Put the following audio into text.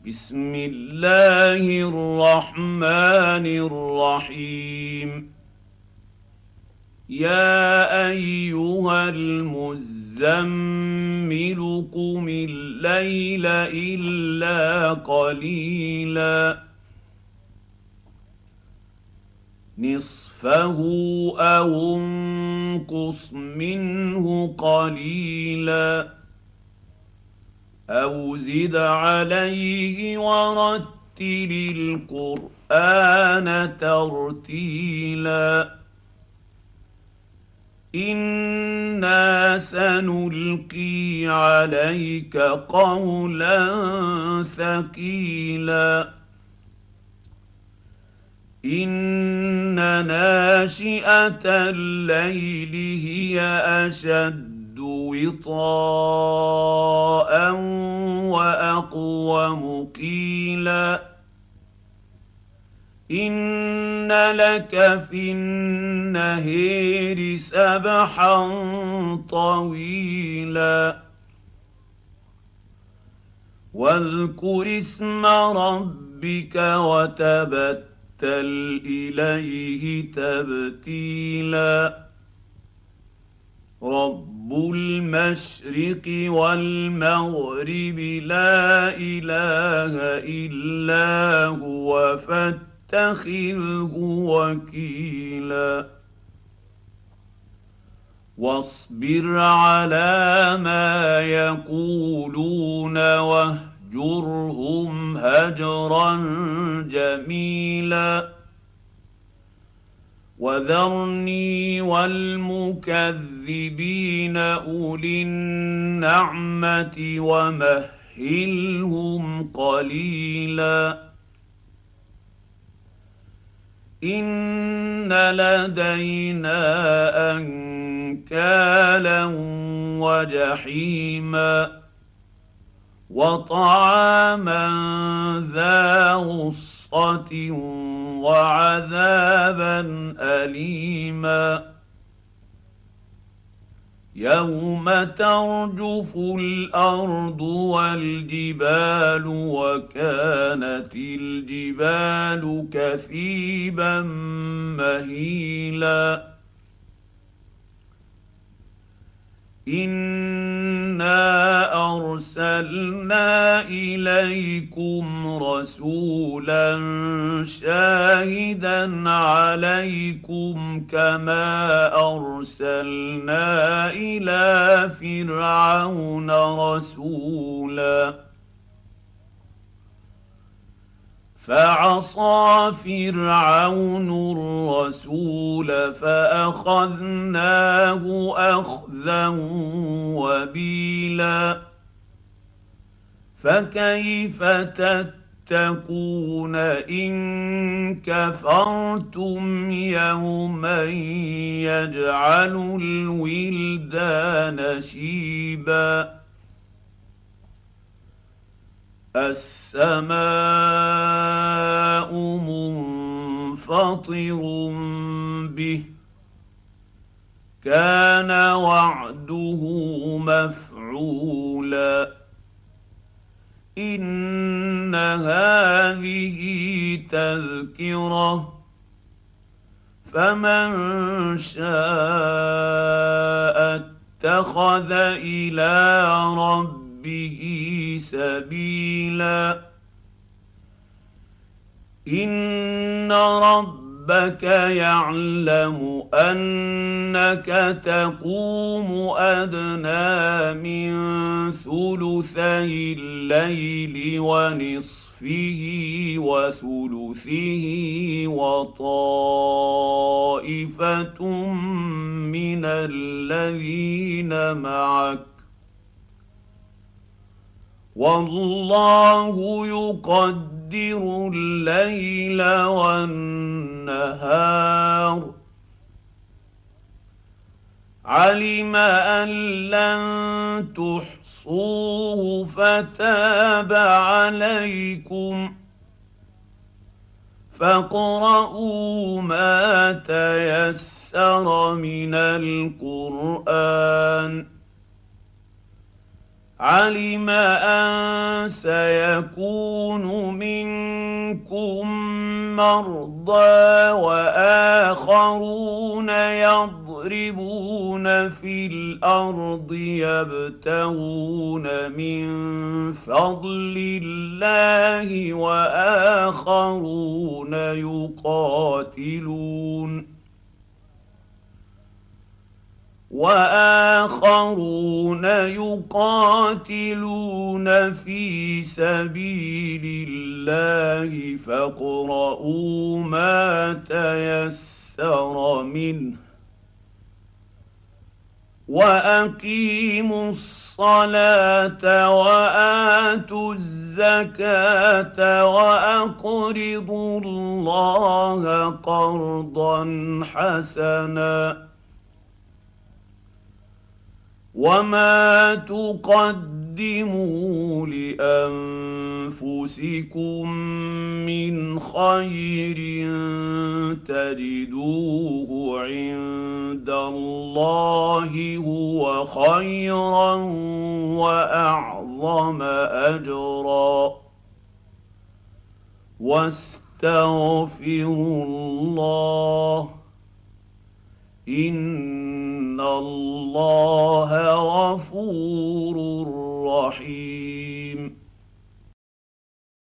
بسم الله الرحمن الرحيم. يا ايها المزمل قم الليل الا قليلا نصفه او انقص منه قليلا او زد عليه ورتل القران ترتيلا انا سنلقي عليك قولا ثقيلا ان ناشئه الليل هي اشد وطاء واقوم قيلا ان لك في النهير سبحا طويلا واذكر اسم ربك وتبتل اليه تبتيلا رب المشرق والمغرب لا اله الا هو فاتخذه وكيلا واصبر على ما يقولون واهجرهم هجرا جميلا وذرني والمكذبين اولي النعمه ومهلهم قليلا ان لدينا انكالا وجحيما وطعاما ذا غصه وعذابا اليما يوم ترجف الارض والجبال وكانت الجبال كثيبا مهيلا انا ارسلنا اليكم رسولا شاهدا عليكم كما ارسلنا الى فرعون رسولا فعصى فرعون الرسول فاخذناه اخذا وبيلا فكيف تتقون ان كفرتم يوما يجعل الولدان شيبا السماء منفطر به كان وعده مفعولا ان هذه تذكره فمن شاء اتخذ الى ربه سبيلا ان ربك يعلم انك تقوم ادنى من ثلثي الليل ونصفه وثلثه وطائفه من الذين معك والله يقدر الليل والنهار علم ان لن تحصوه فتاب عليكم فاقرؤوا ما تيسر من القرآن علم ان سيكون منكم مرضى واخرون يضربون في الارض يبتغون من فضل الله واخرون يقاتلون في سبيل الله فاقرؤوا ما تيسر منه واقيموا الصلاه واتوا الزكاه واقرضوا الله قرضا حسنا وما تقدموا لانفسكم من خير تجدوه عند الله هو خيرا واعظم اجرا واستغفروا الله ان الله غفور رحيم.